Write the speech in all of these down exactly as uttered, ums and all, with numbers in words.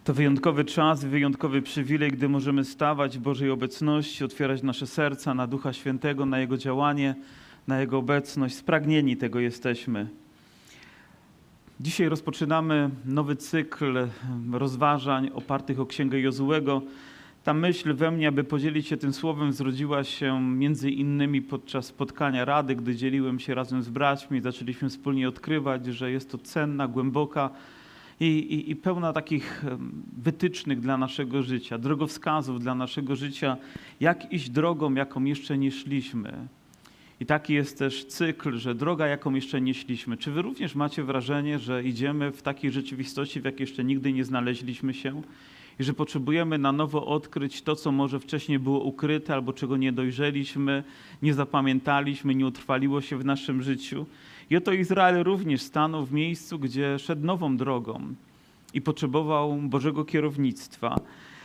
To wyjątkowy czas, wyjątkowy przywilej, gdy możemy stawać w Bożej obecności, otwierać nasze serca na Ducha Świętego, na Jego działanie, na Jego obecność. Spragnieni tego jesteśmy. Dzisiaj rozpoczynamy nowy cykl rozważań opartych o Księgę Jozułego. Ta myśl we mnie, aby podzielić się tym słowem, zrodziła się między innymi podczas spotkania Rady, gdy dzieliłem się razem z braćmi. Zaczęliśmy wspólnie odkrywać, że jest to cenna, głęboka i, i, i pełna takich wytycznych dla naszego życia, drogowskazów dla naszego życia, jak iść drogą, jaką jeszcze nie szliśmy. I taki jest też cykl, że droga, jaką jeszcze nie szliśmy. Czy wy również macie wrażenie, że idziemy w takiej rzeczywistości, w jakiej jeszcze nigdy nie znaleźliśmy się? I że potrzebujemy na nowo odkryć to, co może wcześniej było ukryte, albo czego nie dojrzeliśmy, nie zapamiętaliśmy, nie utrwaliło się w naszym życiu. I oto Izrael również stanął w miejscu, gdzie szedł nową drogą i potrzebował Bożego kierownictwa.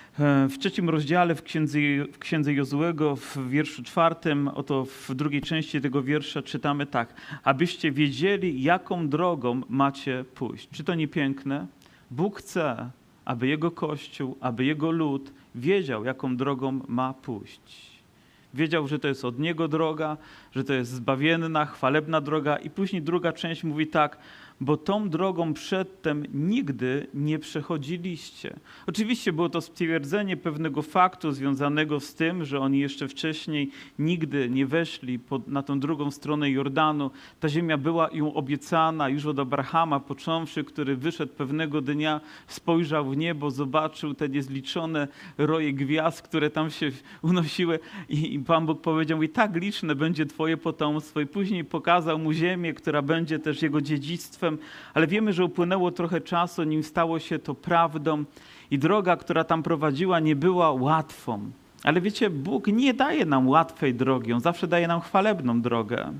W trzecim rozdziale w Księdze, w Księdze Jozułego w wierszu czwartym, oto w drugiej części tego wiersza czytamy tak: abyście wiedzieli, jaką drogą macie pójść. Czy to nie piękne? Bóg chce, aby Jego Kościół, aby Jego lud wiedział, jaką drogą ma pójść. Wiedział, że to jest od Niego droga, że to jest zbawienna, chwalebna droga. I później druga część mówi tak: bo tą drogą przedtem nigdy nie przechodziliście. Oczywiście było to stwierdzenie pewnego faktu związanego z tym, że oni jeszcze wcześniej nigdy nie weszli pod, na tą drugą stronę Jordanu. Ta ziemia była im obiecana już od Abrahama począwszy, który wyszedł pewnego dnia, spojrzał w niebo, zobaczył te niezliczone roje gwiazd, które tam się unosiły i, i Pan Bóg powiedział: i tak liczne będzie twoje potomstwo. I później pokazał mu ziemię, która będzie też jego dziedzictwem. Ale wiemy, że upłynęło trochę czasu, nim stało się to prawdą i droga, która tam prowadziła, nie była łatwą. Ale wiecie, Bóg nie daje nam łatwej drogi, On zawsze daje nam chwalebną drogę.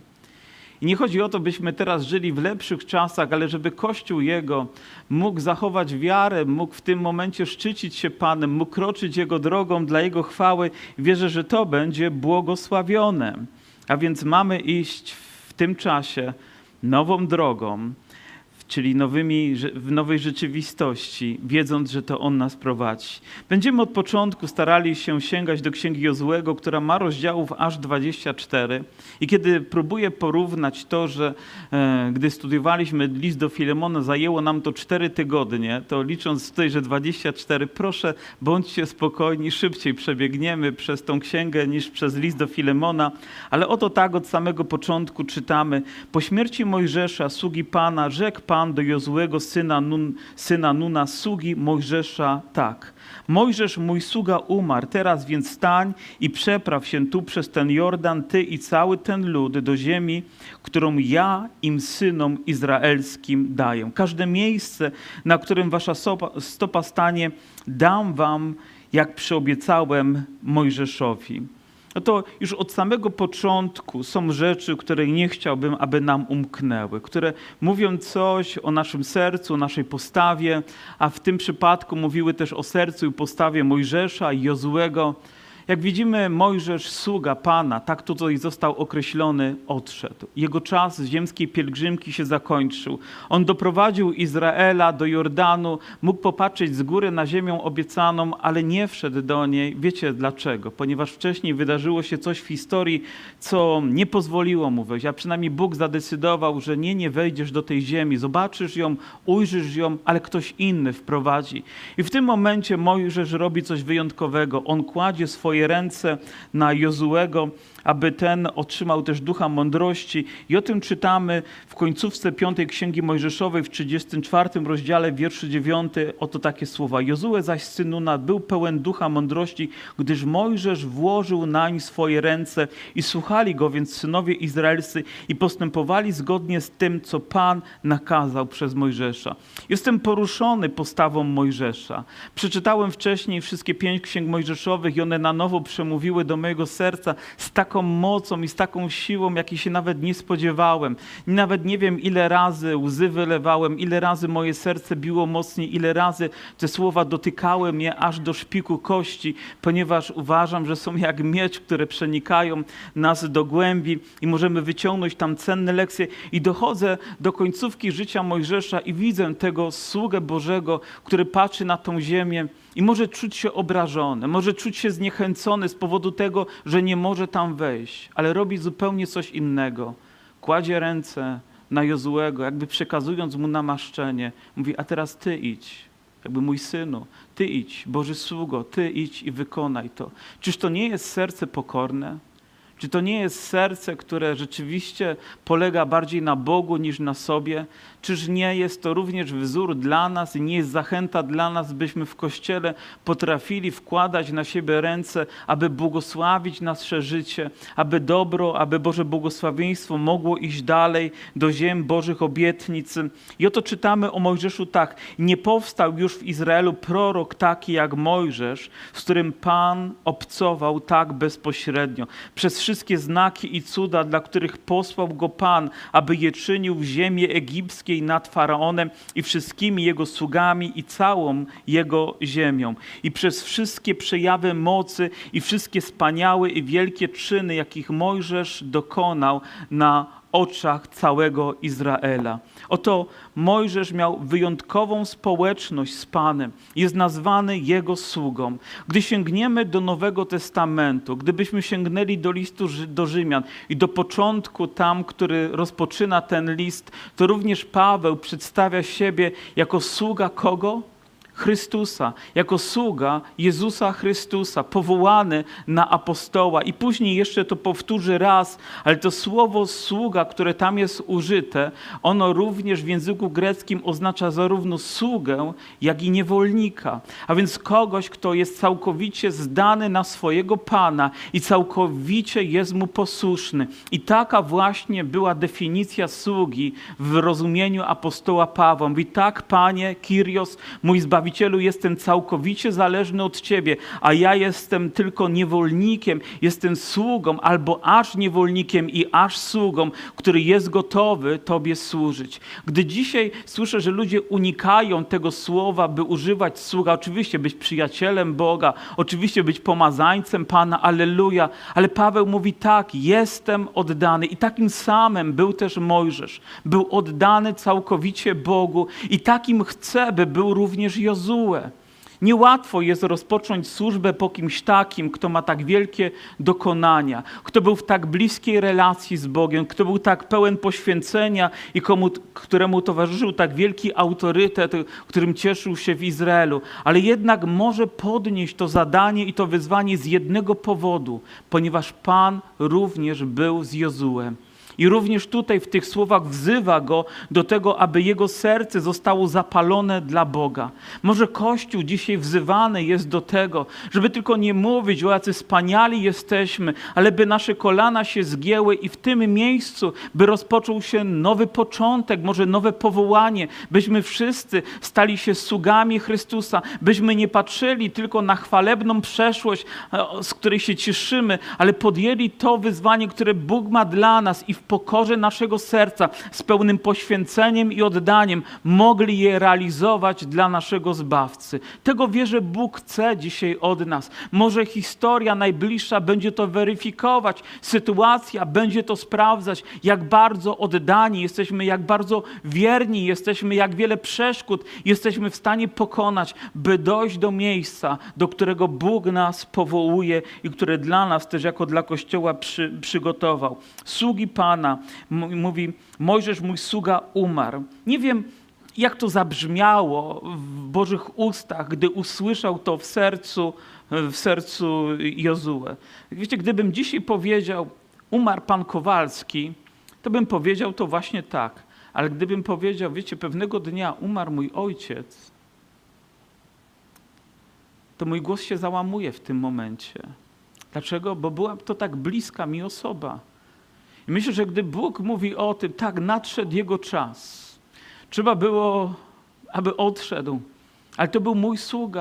I nie chodzi o to, byśmy teraz żyli w lepszych czasach, ale żeby Kościół Jego mógł zachować wiarę, mógł w tym momencie szczycić się Panem, mógł kroczyć Jego drogą dla Jego chwały. Wierzę, że to będzie błogosławione. A więc mamy iść w tym czasie nową drogą, czyli nowymi, w nowej rzeczywistości, wiedząc, że to On nas prowadzi. Będziemy od początku starali się sięgać do Księgi Jozułego, która ma rozdziałów aż dwadzieścia cztery. I kiedy próbuję porównać to, że e, gdy studiowaliśmy list do Filemona, zajęło nam to cztery tygodnie, to licząc tutaj, że dwadzieścia cztery, proszę, bądźcie spokojni, szybciej przebiegniemy przez tą księgę niż przez list do Filemona. Ale oto tak od samego początku czytamy: po śmierci Mojżesza, sługi Pana, rzekł Pan do Jozułego, syna, Nun, syna Nuna, sługi Mojżesza, tak: Mojżesz, mój sługa, umarł, teraz więc stań i przepraw się tu przez ten Jordan, ty i cały ten lud, do ziemi, którą ja im, synom izraelskim, daję. Każde miejsce, na którym wasza stopa, stopa stanie, dam wam, jak przyobiecałem Mojżeszowi. No to już od samego początku są rzeczy, które nie chciałbym, aby nam umknęły, które mówią coś o naszym sercu, o naszej postawie, a w tym przypadku mówiły też o sercu i postawie Mojżesza i Jozułego. Jak widzimy, Mojżesz, sługa Pana, tak tutaj został określony, odszedł. Jego czas ziemskiej pielgrzymki się zakończył. On doprowadził Izraela do Jordanu, mógł popatrzeć z góry na ziemię obiecaną, ale nie wszedł do niej. Wiecie dlaczego? Ponieważ wcześniej wydarzyło się coś w historii, co nie pozwoliło mu wejść, a przynajmniej Bóg zadecydował, że nie, nie wejdziesz do tej ziemi, zobaczysz ją, ujrzysz ją, ale ktoś inny wprowadzi. I w tym momencie Mojżesz robi coś wyjątkowego. On kładzie swoje ręce na Jozułego, aby ten otrzymał też ducha mądrości. I o tym czytamy w końcówce piątej Księgi Mojżeszowej w trzydziestym czwartym rozdziale, wierszu dziewiątym. Oto takie słowa: Jozue zaś, syn Nuna, był pełen ducha mądrości, gdyż Mojżesz włożył nań swoje ręce i słuchali go więc synowie izraelscy i postępowali zgodnie z tym, co Pan nakazał przez Mojżesza. Jestem poruszony postawą Mojżesza. Przeczytałem wcześniej wszystkie pięć księg mojżeszowych i one na nowo przemówiły do mojego serca z taką mocą i z taką siłą, jakiej się nawet nie spodziewałem. Nawet nie wiem, ile razy łzy wylewałem, ile razy moje serce biło mocniej, ile razy te słowa dotykały mnie aż do szpiku kości, ponieważ uważam, że są jak miecz, które przenikają nas do głębi i możemy wyciągnąć tam cenne lekcje. I dochodzę do końcówki życia Mojżesza i widzę tego sługę Bożego, który patrzy na tą ziemię i może czuć się obrażony, może czuć się zniechęcony z powodu tego, że nie może tam wejść, ale robi zupełnie coś innego. Kładzie ręce na Jozuego, jakby przekazując mu namaszczenie. Mówi, a teraz ty idź, jakby mój synu, ty idź, Boży sługo, ty idź i wykonaj to. Czyż to nie jest serce pokorne? Czy to nie jest serce, które rzeczywiście polega bardziej na Bogu niż na sobie? Czyż nie jest to również wzór dla nas i nie jest zachęta dla nas, byśmy w Kościele potrafili wkładać na siebie ręce, aby błogosławić nasze życie, aby dobro, aby Boże błogosławieństwo mogło iść dalej do ziem Bożych obietnic. I oto czytamy o Mojżeszu tak. Nie powstał już w Izraelu prorok taki jak Mojżesz, z którym Pan obcował tak bezpośrednio. Przez wszystkie znaki i cuda, dla których posłał go Pan, aby je czynił w ziemi egipskiej nad Faraonem i wszystkimi jego sługami i całą jego ziemią. I przez wszystkie przejawy mocy i wszystkie wspaniałe i wielkie czyny, jakich Mojżesz dokonał na oczach całego Izraela. Oto Mojżesz miał wyjątkową społeczność z Panem. Jest nazwany Jego sługą. Gdy sięgniemy do Nowego Testamentu, gdybyśmy sięgnęli do listu do Rzymian i do początku tam, który rozpoczyna ten list, to również Paweł przedstawia siebie jako sługa kogo? Chrystusa, jako sługa Jezusa Chrystusa, powołany na apostoła. I później jeszcze to powtórzy raz, ale to słowo sługa, które tam jest użyte, ono również w języku greckim oznacza zarówno sługę, jak i niewolnika. A więc kogoś, kto jest całkowicie zdany na swojego Pana i całkowicie jest mu posłuszny. I taka właśnie była definicja sługi w rozumieniu apostoła Pawła. Mówi, tak, Panie, Kyrios, mój Zbawiciel, Zbawicielu, jestem całkowicie zależny od Ciebie, a ja jestem tylko niewolnikiem, jestem sługą albo aż niewolnikiem i aż sługą, który jest gotowy Tobie służyć. Gdy dzisiaj słyszę, że ludzie unikają tego słowa, by używać sługa, oczywiście być przyjacielem Boga, oczywiście być pomazańcem Pana, alleluja, ale Paweł mówi tak, jestem oddany i takim samym był też Mojżesz. Był oddany całkowicie Bogu i takim chce, by był również Jozue. Niełatwo jest rozpocząć służbę po kimś takim, kto ma tak wielkie dokonania, kto był w tak bliskiej relacji z Bogiem, kto był tak pełen poświęcenia i komu, któremu towarzyszył tak wielki autorytet, którym cieszył się w Izraelu. Ale jednak może podnieść to zadanie i to wyzwanie z jednego powodu, ponieważ Pan również był z Jozuem. I również tutaj w tych słowach wzywa go do tego, aby jego serce zostało zapalone dla Boga. Może Kościół dzisiaj wzywany jest do tego, żeby tylko nie mówić, o jacy wspaniali jesteśmy, ale by nasze kolana się zgięły i w tym miejscu by rozpoczął się nowy początek, może nowe powołanie, byśmy wszyscy stali się sługami Chrystusa, byśmy nie patrzyli tylko na chwalebną przeszłość, z której się cieszymy, ale podjęli to wyzwanie, które Bóg ma dla nas i w pokorze naszego serca, z pełnym poświęceniem i oddaniem mogli je realizować dla naszego Zbawcy. Tego wierzę, Bóg chce dzisiaj od nas. Może historia najbliższa będzie to weryfikować, sytuacja będzie to sprawdzać, jak bardzo oddani jesteśmy, jak bardzo wierni jesteśmy, jak wiele przeszkód jesteśmy w stanie pokonać, by dojść do miejsca, do którego Bóg nas powołuje i które dla nas też jako dla Kościoła przy, przygotował. Sługi Pana, mówi, Mojżesz, mój sługa, umarł. Nie wiem, jak to zabrzmiało w Bożych ustach, gdy usłyszał to w sercu, w sercu Jozue. Wiecie, gdybym dzisiaj powiedział, umarł pan Kowalski, to bym powiedział to właśnie tak. Ale gdybym powiedział, wiecie, pewnego dnia umarł mój ojciec, to mój głos się załamuje w tym momencie. Dlaczego? Bo była to tak bliska mi osoba. I myślę, że gdy Bóg mówi o tym, tak, nadszedł Jego czas. Trzeba było, aby odszedł. Ale to był mój sługa.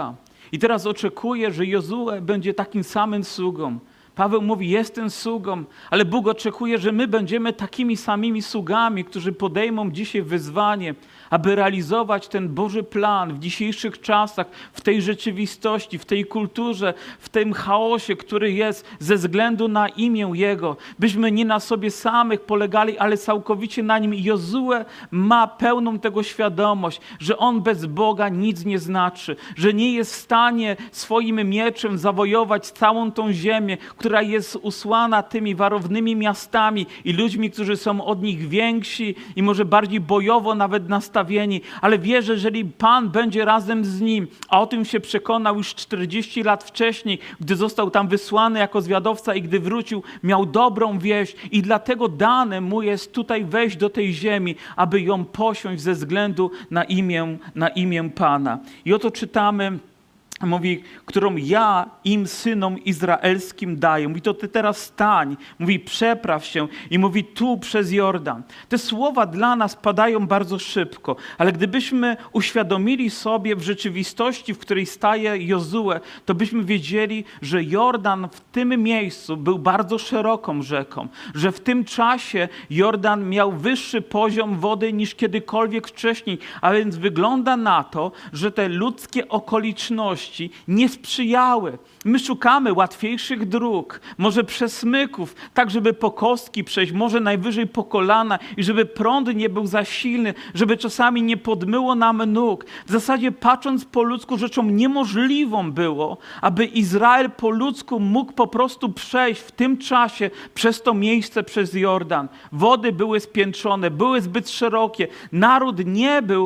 I teraz oczekuje, że Jozue będzie takim samym sługą. Paweł mówi, jestem sługą, ale Bóg oczekuje, że my będziemy takimi samymi sługami, którzy podejmą dzisiaj wyzwanie, aby realizować ten Boży plan w dzisiejszych czasach, w tej rzeczywistości, w tej kulturze, w tym chaosie, który jest ze względu na imię Jego. Byśmy nie na sobie samych polegali, ale całkowicie na Nim. Jozue ma pełną tego świadomość, że on bez Boga nic nie znaczy, że nie jest w stanie swoim mieczem zawojować całą tą ziemię, która jest usłana tymi warownymi miastami i ludźmi, którzy są od nich więksi i może bardziej bojowo nawet nastawieni, ale wie, że jeżeli Pan będzie razem z nim, a o tym się przekonał już czterdzieści lat wcześniej, gdy został tam wysłany jako zwiadowca i gdy wrócił, miał dobrą wieść i dlatego dane mu jest tutaj wejść do tej ziemi, aby ją posiąść ze względu na imię, na imię Pana. I oto czytamy, mówi, którą ja im, synom izraelskim daję. Mówi, to ty teraz stań. Mówi, przepraw się. I mówi, tu przez Jordan. Te słowa dla nas padają bardzo szybko, ale gdybyśmy uświadomili sobie w rzeczywistości, w której staje Jozue, to byśmy wiedzieli, że Jordan w tym miejscu był bardzo szeroką rzeką, że w tym czasie Jordan miał wyższy poziom wody niż kiedykolwiek wcześniej, a więc wygląda na to, że te ludzkie okoliczności nie sprzyjały. My szukamy łatwiejszych dróg, może przesmyków, tak żeby po kostki przejść, może najwyżej po kolana i żeby prąd nie był za silny, żeby czasami nie podmyło nam nóg. W zasadzie patrząc po ludzku rzeczą niemożliwą było, aby Izrael po ludzku mógł po prostu przejść w tym czasie przez to miejsce, przez Jordan. Wody były spiętrzone, były zbyt szerokie. Naród nie był,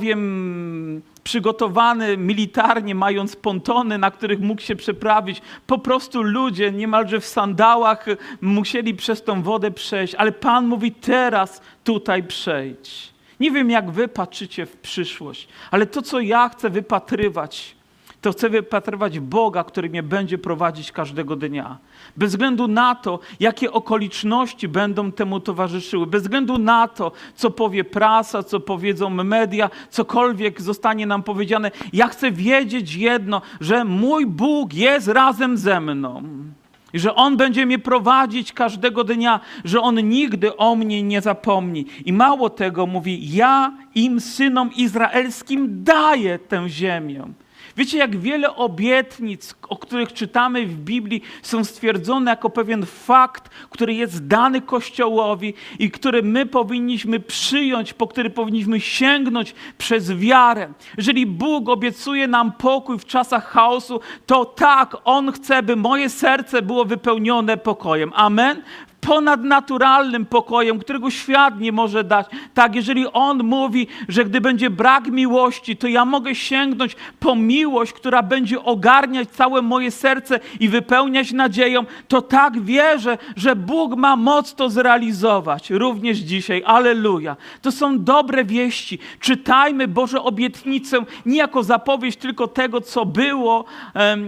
powiem, przygotowany militarnie, mając pontony, na których mógł się przeprawić. Po prostu ludzie niemalże w sandałach musieli przez tą wodę przejść. Ale Pan mówi, teraz tutaj przejdź. Nie wiem, jak wy patrzycie w przyszłość, ale to, co ja chcę wypatrywać, to chcę wypatrywać Boga, który mnie będzie prowadzić każdego dnia. Bez względu na to, jakie okoliczności będą temu towarzyszyły, bez względu na to, co powie prasa, co powiedzą media, cokolwiek zostanie nam powiedziane, ja chcę wiedzieć jedno, że mój Bóg jest razem ze mną. I że On będzie mnie prowadzić każdego dnia, że On nigdy o mnie nie zapomni. I mało tego mówi, ja im, synom izraelskim, daję tę ziemię. Wiecie, jak wiele obietnic, o których czytamy w Biblii, są stwierdzone jako pewien fakt, który jest dany Kościołowi i który my powinniśmy przyjąć, po który powinniśmy sięgnąć przez wiarę. Jeżeli Bóg obiecuje nam pokój w czasach chaosu, to tak, On chce, by moje serce było wypełnione pokojem. Amen? Ponadnaturalnym pokojem, którego świat nie może dać. Tak, jeżeli On mówi, że gdy będzie brak miłości, to ja mogę sięgnąć po miłość, która będzie ogarniać całe moje serce i wypełniać nadzieją, to tak wierzę, że Bóg ma moc to zrealizować. Również dzisiaj. Alleluja. To są dobre wieści. Czytajmy Boże obietnicę nie jako zapowiedź tylko tego, co było um,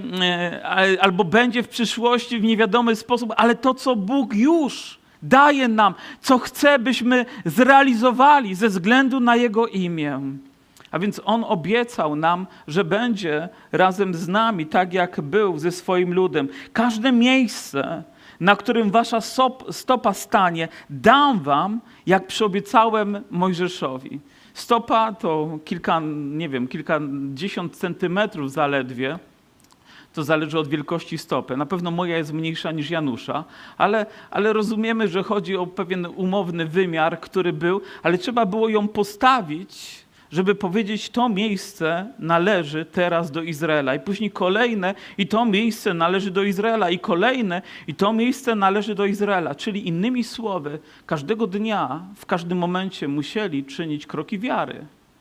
e, albo będzie w przyszłości w niewiadomy sposób, ale to, co Bóg już daje nam, co chce, byśmy zrealizowali ze względu na Jego imię. A więc On obiecał nam, że będzie razem z nami, tak jak był ze swoim ludem. Każde miejsce, na którym wasza stopa stanie, dam wam, jak przyobiecałem Mojżeszowi. Stopa to kilka, nie wiem, kilkadziesiąt centymetrów zaledwie. To zależy od wielkości stopy. Na pewno moja jest mniejsza niż Janusza, ale, ale rozumiemy, że chodzi o pewien umowny wymiar, który był, ale trzeba było ją postawić, żeby powiedzieć, to miejsce należy teraz do Izraela. I później kolejne, i to miejsce należy do Izraela. I kolejne, i to miejsce należy do Izraela. Czyli innymi słowy, każdego dnia, w każdym momencie musieli czynić kroki wiary.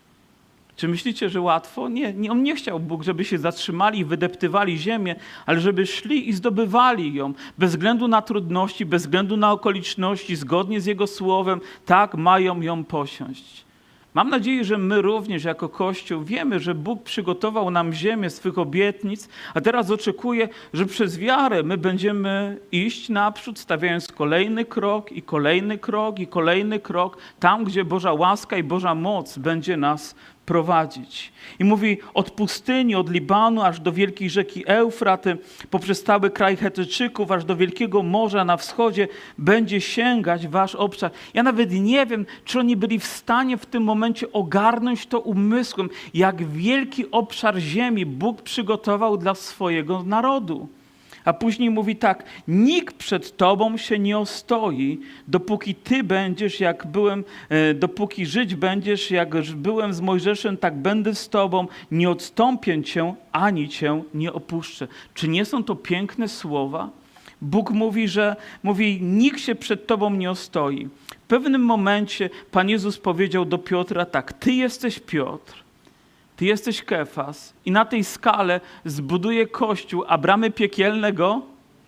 Czy myślicie, że łatwo? Nie, nie, On nie chciał, Bóg, żeby się zatrzymali i wydeptywali ziemię, ale żeby szli i zdobywali ją. Bez względu na trudności, bez względu na okoliczności, zgodnie z Jego słowem, tak mają ją posiąść. Mam nadzieję, że my również jako Kościół wiemy, że Bóg przygotował nam ziemię swych obietnic, a teraz oczekuje, że przez wiarę my będziemy iść naprzód, stawiając kolejny krok i kolejny krok i kolejny krok, tam, gdzie Boża łaska i Boża moc będzie nas prowadzić. I mówi, od pustyni, od Libanu, aż do wielkiej rzeki Eufraty, poprzez cały kraj Chetyczyków, aż do wielkiego morza na wschodzie będzie sięgać wasz obszar. Ja nawet nie wiem, czy oni byli w stanie w tym momencie ogarnąć to umysłem, jak wielki obszar ziemi Bóg przygotował dla swojego narodu. A później mówi tak, nikt przed tobą się nie ostoi, dopóki ty będziesz, jak byłem, dopóki żyć będziesz, jak byłem z Mojżeszem, tak będę z tobą, nie odstąpię cię, ani cię nie opuszczę. Czy nie są to piękne słowa? Bóg mówi, że mówi, nikt się przed tobą nie ostoi. W pewnym momencie Pan Jezus powiedział do Piotra tak, ty jesteś Piotr, ty jesteś Kefas i na tej skale zbuduję Kościół, a bramy piekielne go?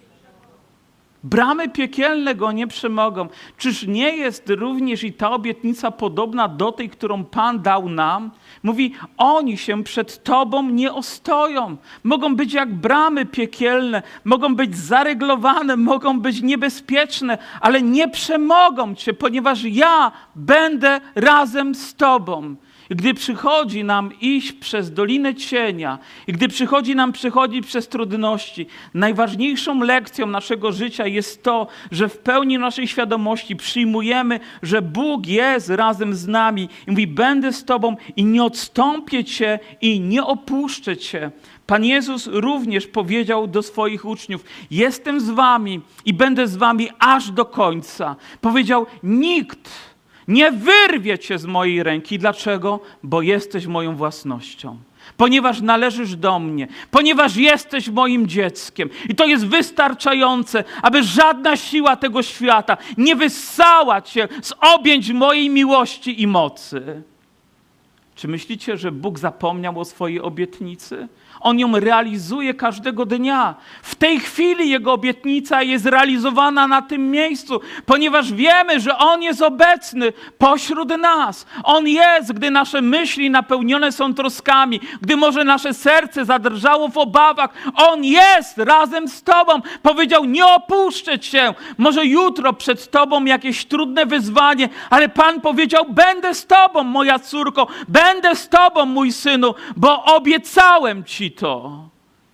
Bramy piekielne go nie przemogą. Czyż nie jest również i ta obietnica podobna do tej, którą Pan dał nam? Mówi, oni się przed Tobą nie ostoją. Mogą być jak bramy piekielne, mogą być zareglowane, mogą być niebezpieczne, ale nie przemogą Cię, ponieważ ja będę razem z Tobą. I gdy przychodzi nam iść przez Dolinę Cienia, i gdy przychodzi nam przechodzić przez trudności, najważniejszą lekcją naszego życia jest to, że w pełni naszej świadomości przyjmujemy, że Bóg jest razem z nami i mówi, będę z Tobą i nie odstąpię Cię i nie opuszczę Cię. Pan Jezus również powiedział do swoich uczniów, jestem z wami i będę z wami aż do końca. Powiedział, nikt nie wyrwie cię z mojej ręki. Dlaczego? Bo jesteś moją własnością. Ponieważ należysz do mnie. Ponieważ jesteś moim dzieckiem. I to jest wystarczające, aby żadna siła tego świata nie wyssała cię z objęć mojej miłości i mocy. Czy myślicie, że Bóg zapomniał o swojej obietnicy? On ją realizuje każdego dnia. W tej chwili Jego obietnica jest realizowana na tym miejscu, ponieważ wiemy, że On jest obecny pośród nas. On jest, gdy nasze myśli napełnione są troskami, gdy może nasze serce zadrżało w obawach. On jest razem z Tobą. Powiedział, nie opuszczę Cię. Może jutro przed Tobą jakieś trudne wyzwanie, ale Pan powiedział, będę z Tobą, moja córko, będę z Tobą, mój synu, bo obiecałem Ci to.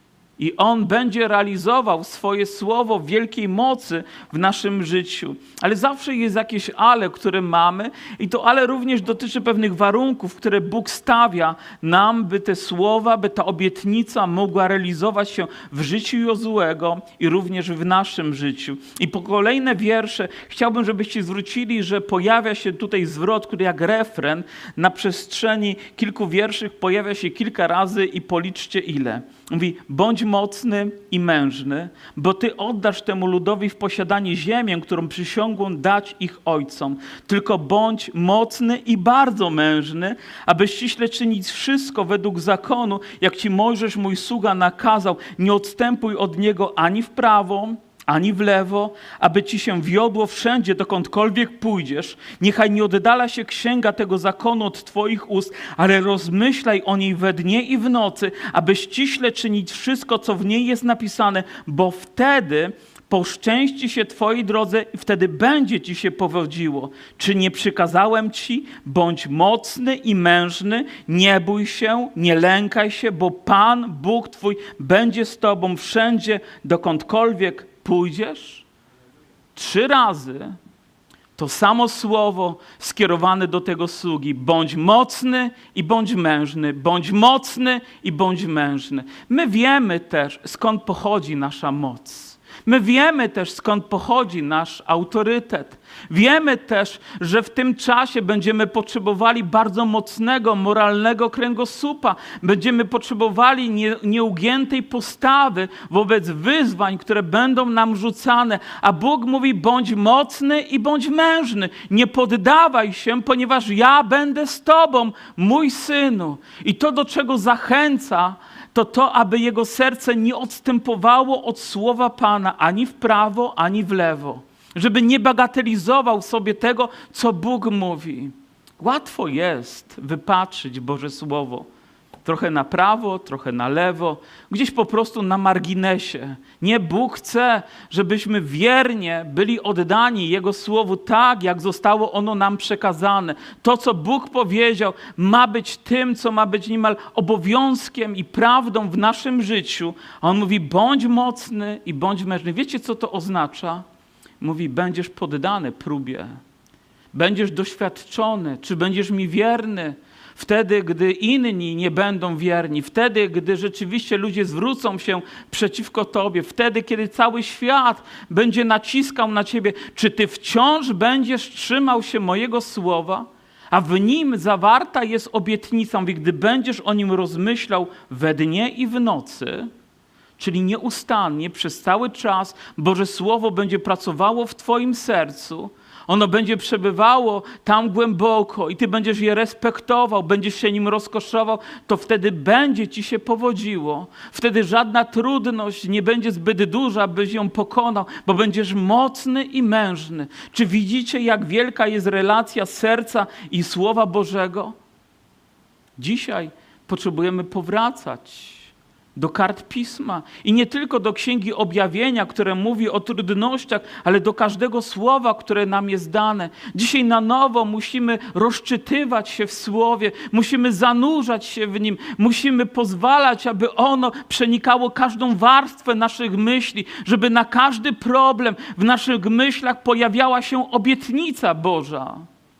I On będzie realizował swoje słowo w wielkiej mocy w naszym życiu. Ale zawsze jest jakieś ale, które mamy i to ale również dotyczy pewnych warunków, które Bóg stawia nam, by te słowa, by ta obietnica mogła realizować się w życiu Jozuego i również w naszym życiu. I po kolejne wiersze chciałbym, żebyście zwrócili, że pojawia się tutaj zwrot, który jak refren na przestrzeni kilku wierszy pojawia się kilka razy i policzcie ile. Mówi, bądź mocny i mężny, bo Ty oddasz temu ludowi w posiadanie ziemię, którą przysiągłem dać ich ojcom. Tylko bądź mocny i bardzo mężny, aby ściśle czynić wszystko według zakonu, jak Ci Mojżesz, mój sługa, nakazał. Nie odstępuj od niego ani w prawo, ani w lewo, aby ci się wiodło wszędzie, dokądkolwiek pójdziesz. Niechaj nie oddala się księga tego zakonu od Twoich ust, ale rozmyślaj o niej we dnie i w nocy, aby ściśle czynić wszystko, co w niej jest napisane, bo wtedy poszczęści się Twojej drodze i wtedy będzie Ci się powodziło. Czy nie przykazałem Ci? Bądź mocny i mężny, nie bój się, nie lękaj się, bo Pan, Bóg Twój, będzie z Tobą wszędzie, dokądkolwiek pójdziesz. Trzy razy to samo słowo skierowane do tego sługi. Bądź mocny i bądź mężny. Bądź mocny i bądź mężny. My wiemy też, skąd pochodzi nasza moc. My wiemy też, skąd pochodzi nasz autorytet. Wiemy też, że w tym czasie będziemy potrzebowali bardzo mocnego, moralnego kręgosłupa. Będziemy potrzebowali nie, nieugiętej postawy wobec wyzwań, które będą nam rzucane. A Bóg mówi, bądź mocny i bądź mężny. Nie poddawaj się, ponieważ ja będę z Tobą, mój synu. I to, do czego zachęca, to to, aby jego serce nie odstępowało od słowa Pana ani w prawo, ani w lewo. Żeby nie bagatelizował sobie tego, co Bóg mówi. Łatwo jest wypatrzyć Boże Słowo. Trochę na prawo, trochę na lewo, gdzieś po prostu na marginesie. Nie, Bóg chce, żebyśmy wiernie byli oddani Jego Słowu tak, jak zostało ono nam przekazane. To, co Bóg powiedział, ma być tym, co ma być niemal obowiązkiem i prawdą w naszym życiu. A On mówi, bądź mocny i bądź mężny. Wiecie, co to oznacza? Mówi, będziesz poddany próbie. Będziesz doświadczony, czy będziesz mi wierny. Wtedy, gdy inni nie będą wierni, wtedy, gdy rzeczywiście ludzie zwrócą się przeciwko Tobie, wtedy, kiedy cały świat będzie naciskał na Ciebie, czy Ty wciąż będziesz trzymał się mojego słowa, a w nim zawarta jest obietnica, mówi, gdy będziesz o nim rozmyślał we dnie i w nocy, czyli nieustannie przez cały czas Boże Słowo będzie pracowało w Twoim sercu, ono będzie przebywało tam głęboko i Ty będziesz je respektował, będziesz się nim rozkoszował, to wtedy będzie Ci się powodziło. Wtedy żadna trudność nie będzie zbyt duża, byś ją pokonał, bo będziesz mocny i mężny. Czy widzicie, jak wielka jest relacja serca i Słowa Bożego? Dzisiaj potrzebujemy powracać do kart Pisma i nie tylko do Księgi Objawienia, które mówi o trudnościach, ale do każdego słowa, które nam jest dane. Dzisiaj na nowo musimy rozczytywać się w Słowie, musimy zanurzać się w nim, musimy pozwalać, aby ono przenikało każdą warstwę naszych myśli, żeby na każdy problem w naszych myślach pojawiała się obietnica Boża.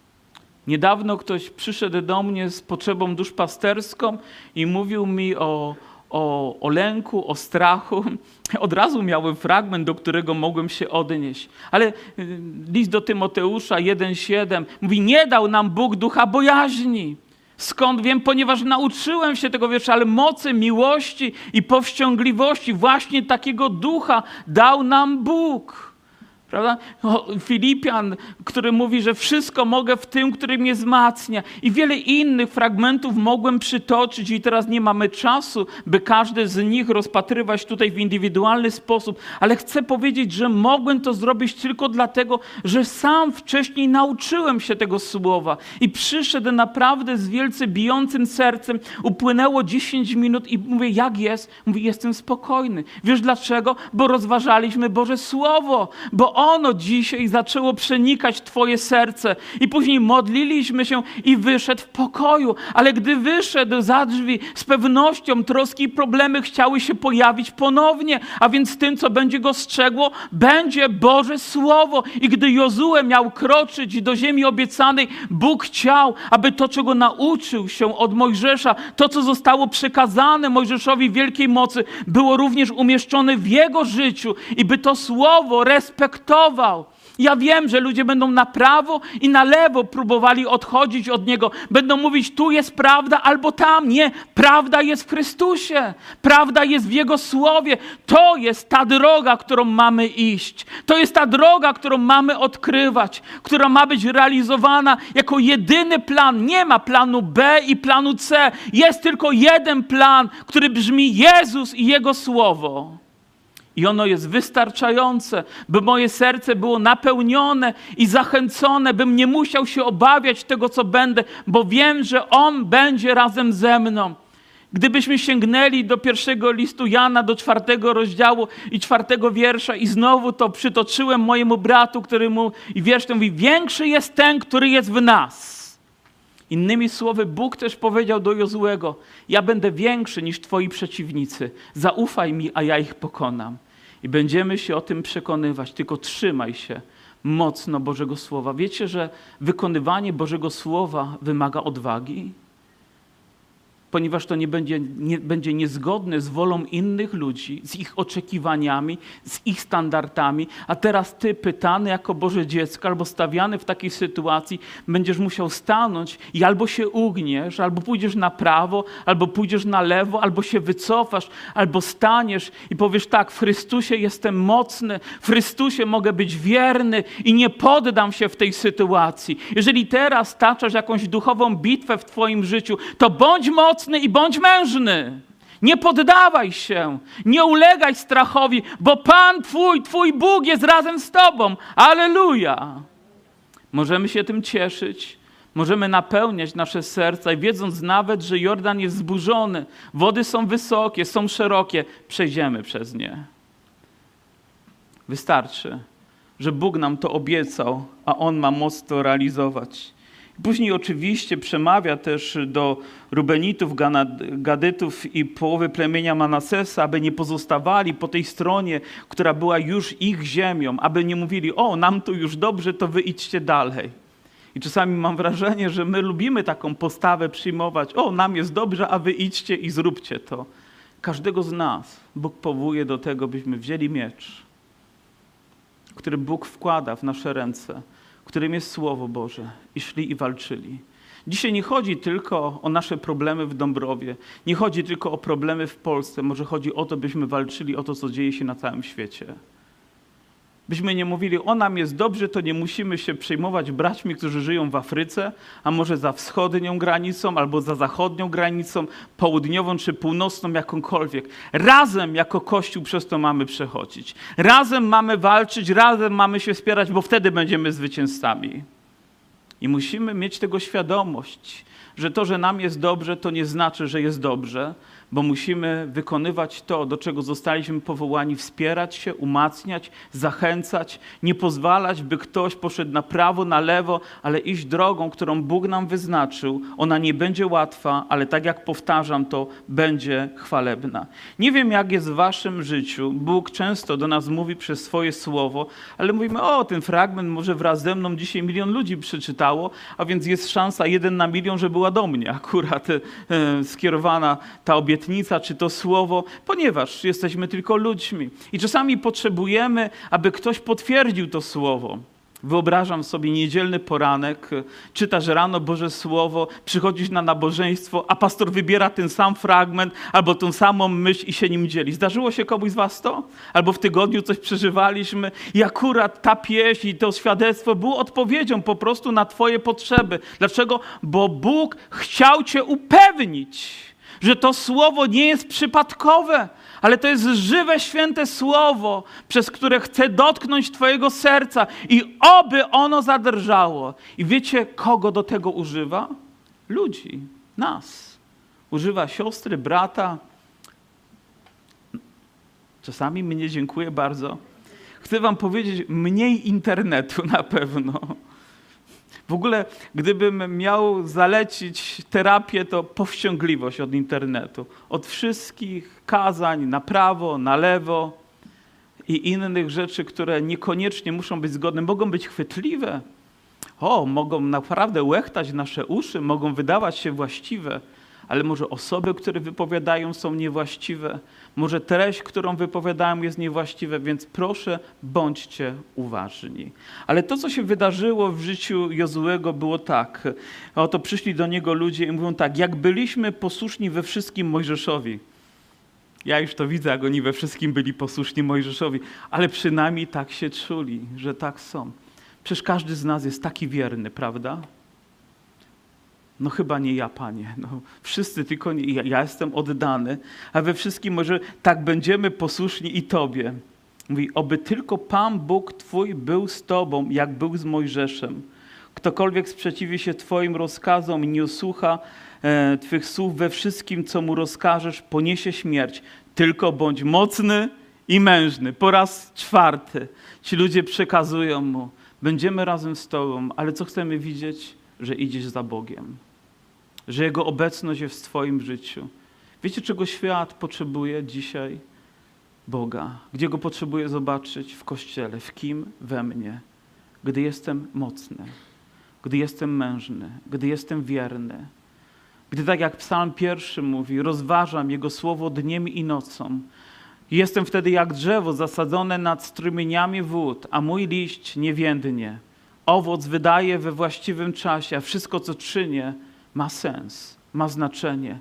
Niedawno ktoś przyszedł do mnie z potrzebą duszpasterską i mówił mi o O, o lęku, o strachu. Od razu miałem fragment, do którego mogłem się odnieść. Ale list do Tymoteusza jeden siedem mówi, nie dał nam Bóg ducha bojaźni. Skąd wiem? Ponieważ nauczyłem się tego wiersza, ale mocy, miłości i powściągliwości, właśnie takiego ducha dał nam Bóg. Prawda? Filipian, który mówi, że wszystko mogę w tym, który mnie wzmacnia. I wiele innych fragmentów mogłem przytoczyć i teraz nie mamy czasu, by każdy z nich rozpatrywać tutaj w indywidualny sposób. Ale chcę powiedzieć, że mogłem to zrobić tylko dlatego, że sam wcześniej nauczyłem się tego słowa. I przyszedł naprawdę z wielce bijącym sercem. Upłynęło dziesięć minut i mówię, jak jest? Mówi, jestem spokojny. Wiesz dlaczego? Bo rozważaliśmy Boże Słowo. Bo ono dzisiaj zaczęło przenikać Twoje serce i później modliliśmy się i wyszedł w pokoju. Ale gdy wyszedł za drzwi, z pewnością troski i problemy chciały się pojawić ponownie, a więc tym, co będzie go strzegło, będzie Boże Słowo. I gdy Jozue miał kroczyć do ziemi obiecanej, Bóg chciał, aby to, czego nauczył się od Mojżesza, to, co zostało przekazane Mojżeszowi wielkiej mocy, było również umieszczone w jego życiu i by to Słowo respektował. Ja wiem, że ludzie będą na prawo i na lewo próbowali odchodzić od Niego. Będą mówić, tu jest prawda albo tam. Nie, prawda jest w Chrystusie. Prawda jest w Jego Słowie. To jest ta droga, którą mamy iść. To jest ta droga, którą mamy odkrywać, która ma być realizowana jako jedyny plan. Nie ma planu B i planu C. Jest tylko jeden plan, który brzmi Jezus i Jego Słowo. I ono jest wystarczające, by moje serce było napełnione i zachęcone, bym nie musiał się obawiać tego, co będę, bo wiem, że On będzie razem ze mną. Gdybyśmy sięgnęli do pierwszego listu Jana, do czwartego rozdziału i czwartego wiersza i znowu to przytoczyłem mojemu bratu, który mu i wiersz ten mówi, większy jest ten, który jest w nas. Innymi słowy, Bóg też powiedział do Jozuego, ja będę większy niż twoi przeciwnicy. Zaufaj mi, a ja ich pokonam. I będziemy się o tym przekonywać, tylko trzymaj się mocno Bożego Słowa. Wiecie, że wykonywanie Bożego Słowa wymaga odwagi? Ponieważ to nie będzie, nie, będzie niezgodne z wolą innych ludzi, z ich oczekiwaniami, z ich standardami, a teraz ty pytany jako Boże dziecko, albo stawiany w takiej sytuacji, będziesz musiał stanąć i albo się ugniesz, albo pójdziesz na prawo, albo pójdziesz na lewo, albo się wycofasz, albo staniesz i powiesz tak, w Chrystusie jestem mocny, w Chrystusie mogę być wierny i nie poddam się w tej sytuacji. Jeżeli teraz taczasz jakąś duchową bitwę w twoim życiu, to bądź mocny, i bądź mężny. Nie poddawaj się. Nie ulegaj strachowi, bo Pan Twój, Twój Bóg jest razem z Tobą. Alleluja. Możemy się tym cieszyć. Możemy napełniać nasze serca i wiedząc nawet, że Jordan jest zburzony, wody są wysokie, są szerokie, przejdziemy przez nie. Wystarczy, że Bóg nam to obiecał, a On ma moc to realizować. Później oczywiście przemawia też do Rubenitów, Gadytów i połowy plemienia Manasesa, aby nie pozostawali po tej stronie, która była już ich ziemią, aby nie mówili, o, nam tu już dobrze, to wy idźcie dalej. I czasami mam wrażenie, że my lubimy taką postawę przyjmować, o, nam jest dobrze, a wy idźcie i zróbcie to. Każdego z nas Bóg powołuje do tego, byśmy wzięli miecz, który Bóg wkłada w nasze ręce, którym jest Słowo Boże, i szli i walczyli. Dzisiaj nie chodzi tylko o nasze problemy w Dąbrowie, nie chodzi tylko o problemy w Polsce, może chodzi o to, byśmy walczyli o to, co dzieje się na całym świecie. Byśmy nie mówili, o nam jest dobrze, to nie musimy się przejmować braćmi, którzy żyją w Afryce, a może za wschodnią granicą, albo za zachodnią granicą, południową czy północną, jakąkolwiek. Razem jako Kościół przez to mamy przechodzić. Razem mamy walczyć, razem mamy się wspierać, bo wtedy będziemy zwycięzcami. I musimy mieć tego świadomość, że to, że nam jest dobrze, to nie znaczy, że jest dobrze, bo musimy wykonywać to, do czego zostaliśmy powołani, wspierać się, umacniać, zachęcać, nie pozwalać, by ktoś poszedł na prawo, na lewo, ale iść drogą, którą Bóg nam wyznaczył. Ona nie będzie łatwa, ale tak jak powtarzam, to będzie chwalebna. Nie wiem, jak jest w waszym życiu. Bóg często do nas mówi przez swoje słowo, ale mówimy, o, ten fragment może wraz ze mną dzisiaj milion ludzi przeczytało, a więc jest szansa jeden na milion, że była do mnie akurat e, skierowana ta obietnica, czy to słowo, ponieważ jesteśmy tylko ludźmi. I czasami potrzebujemy, aby ktoś potwierdził to słowo. Wyobrażam sobie niedzielny poranek, czytasz rano Boże Słowo, przychodzisz na nabożeństwo, a pastor wybiera ten sam fragment albo tą samą myśl i się nim dzieli. Zdarzyło się komuś z was to? Albo w tygodniu coś przeżywaliśmy i akurat ta pieśń i to świadectwo było odpowiedzią po prostu na twoje potrzeby. Dlaczego? Bo Bóg chciał cię upewnić, że to słowo nie jest przypadkowe, ale to jest żywe, święte słowo, przez które chce dotknąć twojego serca i oby ono zadrżało. I wiecie, kogo do tego używa? Ludzi, nas. Używa siostry, brata. Czasami mnie, dziękuję bardzo. Chcę wam powiedzieć, mniej internetu na pewno. W ogóle, gdybym miał zalecić terapię, to powściągliwość od internetu. Od wszystkich kazań na prawo, na lewo i innych rzeczy, które niekoniecznie muszą być zgodne, mogą być chwytliwe. O, mogą naprawdę łechtać nasze uszy, mogą wydawać się właściwe, ale może osoby, które wypowiadają, są niewłaściwe. Może treść, którą wypowiadają, jest niewłaściwa, więc proszę, bądźcie uważni. Ale to, co się wydarzyło w życiu Jozuego, było tak. Oto przyszli do niego ludzie i mówią tak, jak byliśmy posłuszni we wszystkim Mojżeszowi. Ja już to widzę, jak oni we wszystkim byli posłuszni Mojżeszowi, ale przynajmniej tak się czuli, że tak są. Przecież każdy z nas jest taki wierny, prawda? No chyba nie ja, Panie. No, wszyscy tylko nie, ja, ja jestem oddany, a we wszystkim może tak będziemy posłuszni i Tobie. Mówi, oby tylko Pan Bóg Twój był z Tobą, jak był z Mojżeszem. Ktokolwiek sprzeciwi się Twoim rozkazom i nie usłucha e, Twych słów we wszystkim, co mu rozkażesz, poniesie śmierć. Tylko bądź mocny i mężny. Po raz czwarty ci ludzie przekazują mu, będziemy razem z Tobą, ale co chcemy widzieć? Że idziesz za Bogiem, że Jego obecność jest w Twoim życiu. Wiecie, czego świat potrzebuje dzisiaj? Boga. Gdzie Go potrzebuje zobaczyć? W Kościele. W kim? We mnie. Gdy jestem mocny, gdy jestem mężny, gdy jestem wierny, gdy tak jak Psalm pierwszy mówi, rozważam Jego słowo dniem i nocą. Jestem wtedy jak drzewo zasadzone nad strumieniami wód, a mój liść nie więdnie. Owoc wydaje we właściwym czasie, a wszystko, co czynię, ma sens, ma znaczenie.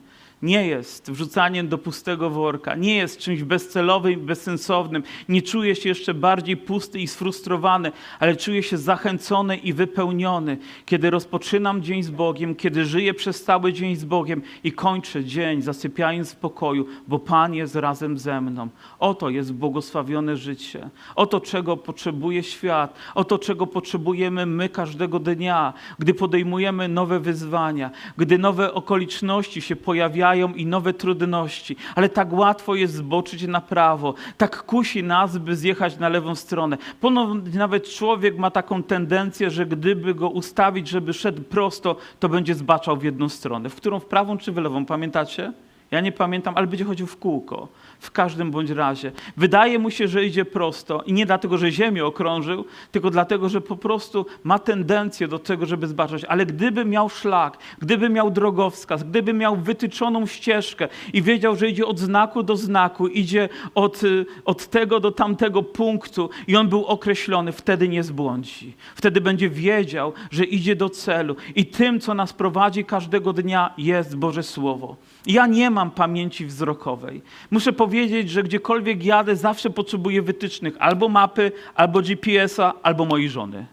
nie jest wrzucaniem do pustego worka, nie jest czymś bezcelowym i bezsensownym. Nie czuję się jeszcze bardziej pusty i sfrustrowany, ale czuję się zachęcony i wypełniony, kiedy rozpoczynam dzień z Bogiem, kiedy żyję przez cały dzień z Bogiem i kończę dzień zasypiając w pokoju, bo Pan jest razem ze mną. Oto jest błogosławione życie. Oto czego potrzebuje świat. Oto czego potrzebujemy my każdego dnia, gdy podejmujemy nowe wyzwania, gdy nowe okoliczności się pojawiają i nowe trudności, ale tak łatwo jest zboczyć na prawo, tak kusi nas, by zjechać na lewą stronę. Ponownie nawet człowiek ma taką tendencję, że gdyby go ustawić, żeby szedł prosto, to będzie zbaczał w jedną stronę. W którą? W prawą czy w lewą? Pamiętacie? Ja nie pamiętam, ale będzie chodził w kółko. W każdym bądź razie. Wydaje mu się, że idzie prosto i nie dlatego, że ziemię okrążył, tylko dlatego, że po prostu ma tendencję do tego, żeby zbaczać. Ale gdyby miał szlak, gdyby miał drogowskaz, gdyby miał wytyczoną ścieżkę i wiedział, że idzie od znaku do znaku, idzie od, od tego do tamtego punktu i on był określony, wtedy nie zbłądzi. Wtedy będzie wiedział, że idzie do celu. I tym, co nas prowadzi każdego dnia, jest Boże Słowo. Ja nie mam pamięci wzrokowej. Muszę powiedzieć, że gdziekolwiek jadę, zawsze potrzebuję wytycznych. Albo mapy, albo G P S a, albo mojej żony.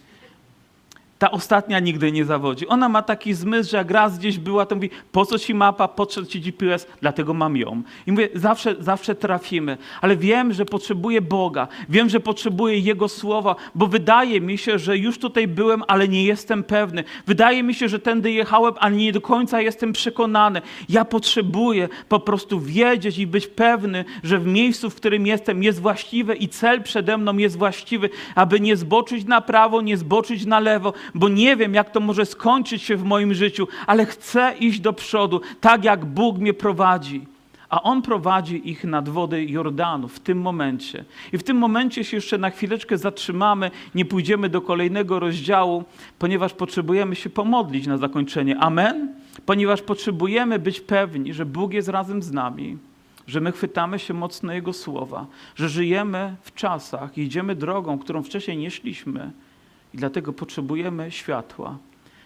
Ta ostatnia nigdy nie zawodzi. Ona ma taki zmysł, że jak raz gdzieś była, to mówi, po co ci mapa, po co ci G P S, dlatego mam ją. I mówię, zawsze, zawsze trafimy. Ale wiem, że potrzebuję Boga. Wiem, że potrzebuję Jego Słowa, bo wydaje mi się, że już tutaj byłem, ale nie jestem pewny. Wydaje mi się, że tędy jechałem, ale nie do końca jestem przekonany. Ja potrzebuję po prostu wiedzieć i być pewny, że w miejscu, w którym jestem, jest właściwe i cel przede mną jest właściwy, aby nie zboczyć na prawo, nie zboczyć na lewo, bo nie wiem, jak to może skończyć się w moim życiu, ale chcę iść do przodu, tak jak Bóg mnie prowadzi. A On prowadzi ich nad wody Jordanu w tym momencie. I w tym momencie się jeszcze na chwileczkę zatrzymamy, nie pójdziemy do kolejnego rozdziału, ponieważ potrzebujemy się pomodlić na zakończenie. Amen? Ponieważ potrzebujemy być pewni, że Bóg jest razem z nami, że my chwytamy się mocno Jego słowa, że żyjemy w czasach, idziemy drogą, którą wcześniej nie szliśmy. I dlatego potrzebujemy światła.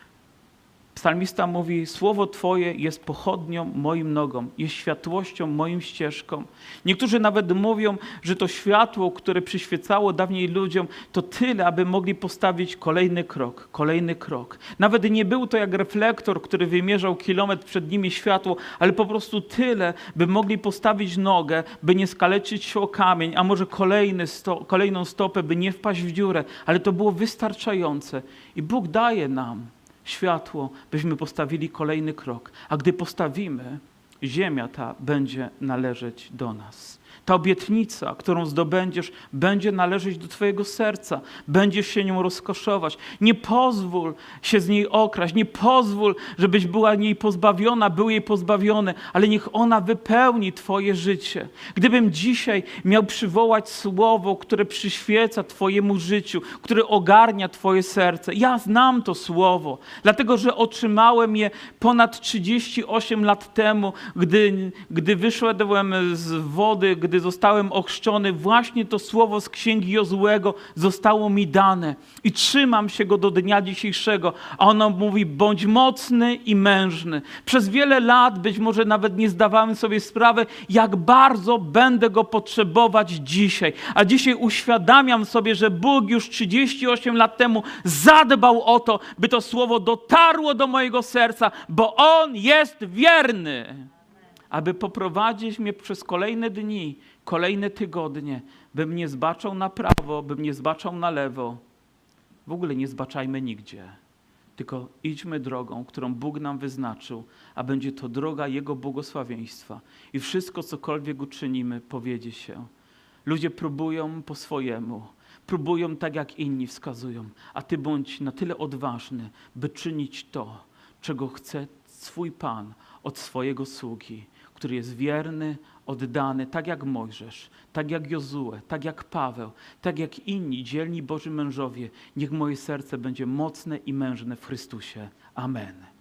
Psalmista mówi, słowo Twoje jest pochodnią moim nogom, jest światłością moim ścieżką. Niektórzy nawet mówią, że to światło, które przyświecało dawniej ludziom, to tyle, aby mogli postawić kolejny krok, kolejny krok. Nawet nie był to jak reflektor, który wymierzał kilometr przed nimi światło, ale po prostu tyle, by mogli postawić nogę, by nie skaleczyć się o kamień, a może kolejny sto, kolejną stopę, by nie wpaść w dziurę. Ale to było wystarczające. I Bóg daje nam światło, byśmy postawili kolejny krok. A gdy postawimy, ziemia ta będzie należeć do nas. Ta obietnica, którą zdobędziesz, będzie należeć do Twojego serca. Będziesz się nią rozkoszować. Nie pozwól się z niej okraść. Nie pozwól, żebyś była jej pozbawiona, był jej pozbawiony, ale niech ona wypełni Twoje życie. Gdybym dzisiaj miał przywołać słowo, które przyświeca Twojemu życiu, które ogarnia Twoje serce. Ja znam to słowo, dlatego że otrzymałem je ponad trzydzieści osiem lat temu, gdy, gdy wyszedłem z wody, gdy zostałem ochrzczony, właśnie to słowo z Księgi Jozułego zostało mi dane i trzymam się go do dnia dzisiejszego. A ono mówi, bądź mocny i mężny. Przez wiele lat być może nawet nie zdawałem sobie sprawy, jak bardzo będę go potrzebować dzisiaj. A dzisiaj uświadamiam sobie, że Bóg już trzydzieści osiem lat temu zadbał o to, by to słowo dotarło do mojego serca, bo On jest wierny, aby poprowadzić mnie przez kolejne dni, kolejne tygodnie, bym nie zbaczał na prawo, bym nie zbaczał na lewo. W ogóle nie zbaczajmy nigdzie, tylko idźmy drogą, którą Bóg nam wyznaczył, a będzie to droga Jego błogosławieństwa. I wszystko, cokolwiek uczynimy, powiedzie się. Ludzie próbują po swojemu, próbują tak, jak inni wskazują, a Ty bądź na tyle odważny, by czynić to, czego chce swój Pan od swojego sługi, który jest wierny, oddany, tak jak Mojżesz, tak jak Jozue, tak jak Paweł, tak jak inni dzielni Boży mężowie. Niech moje serce będzie mocne i mężne w Chrystusie. Amen.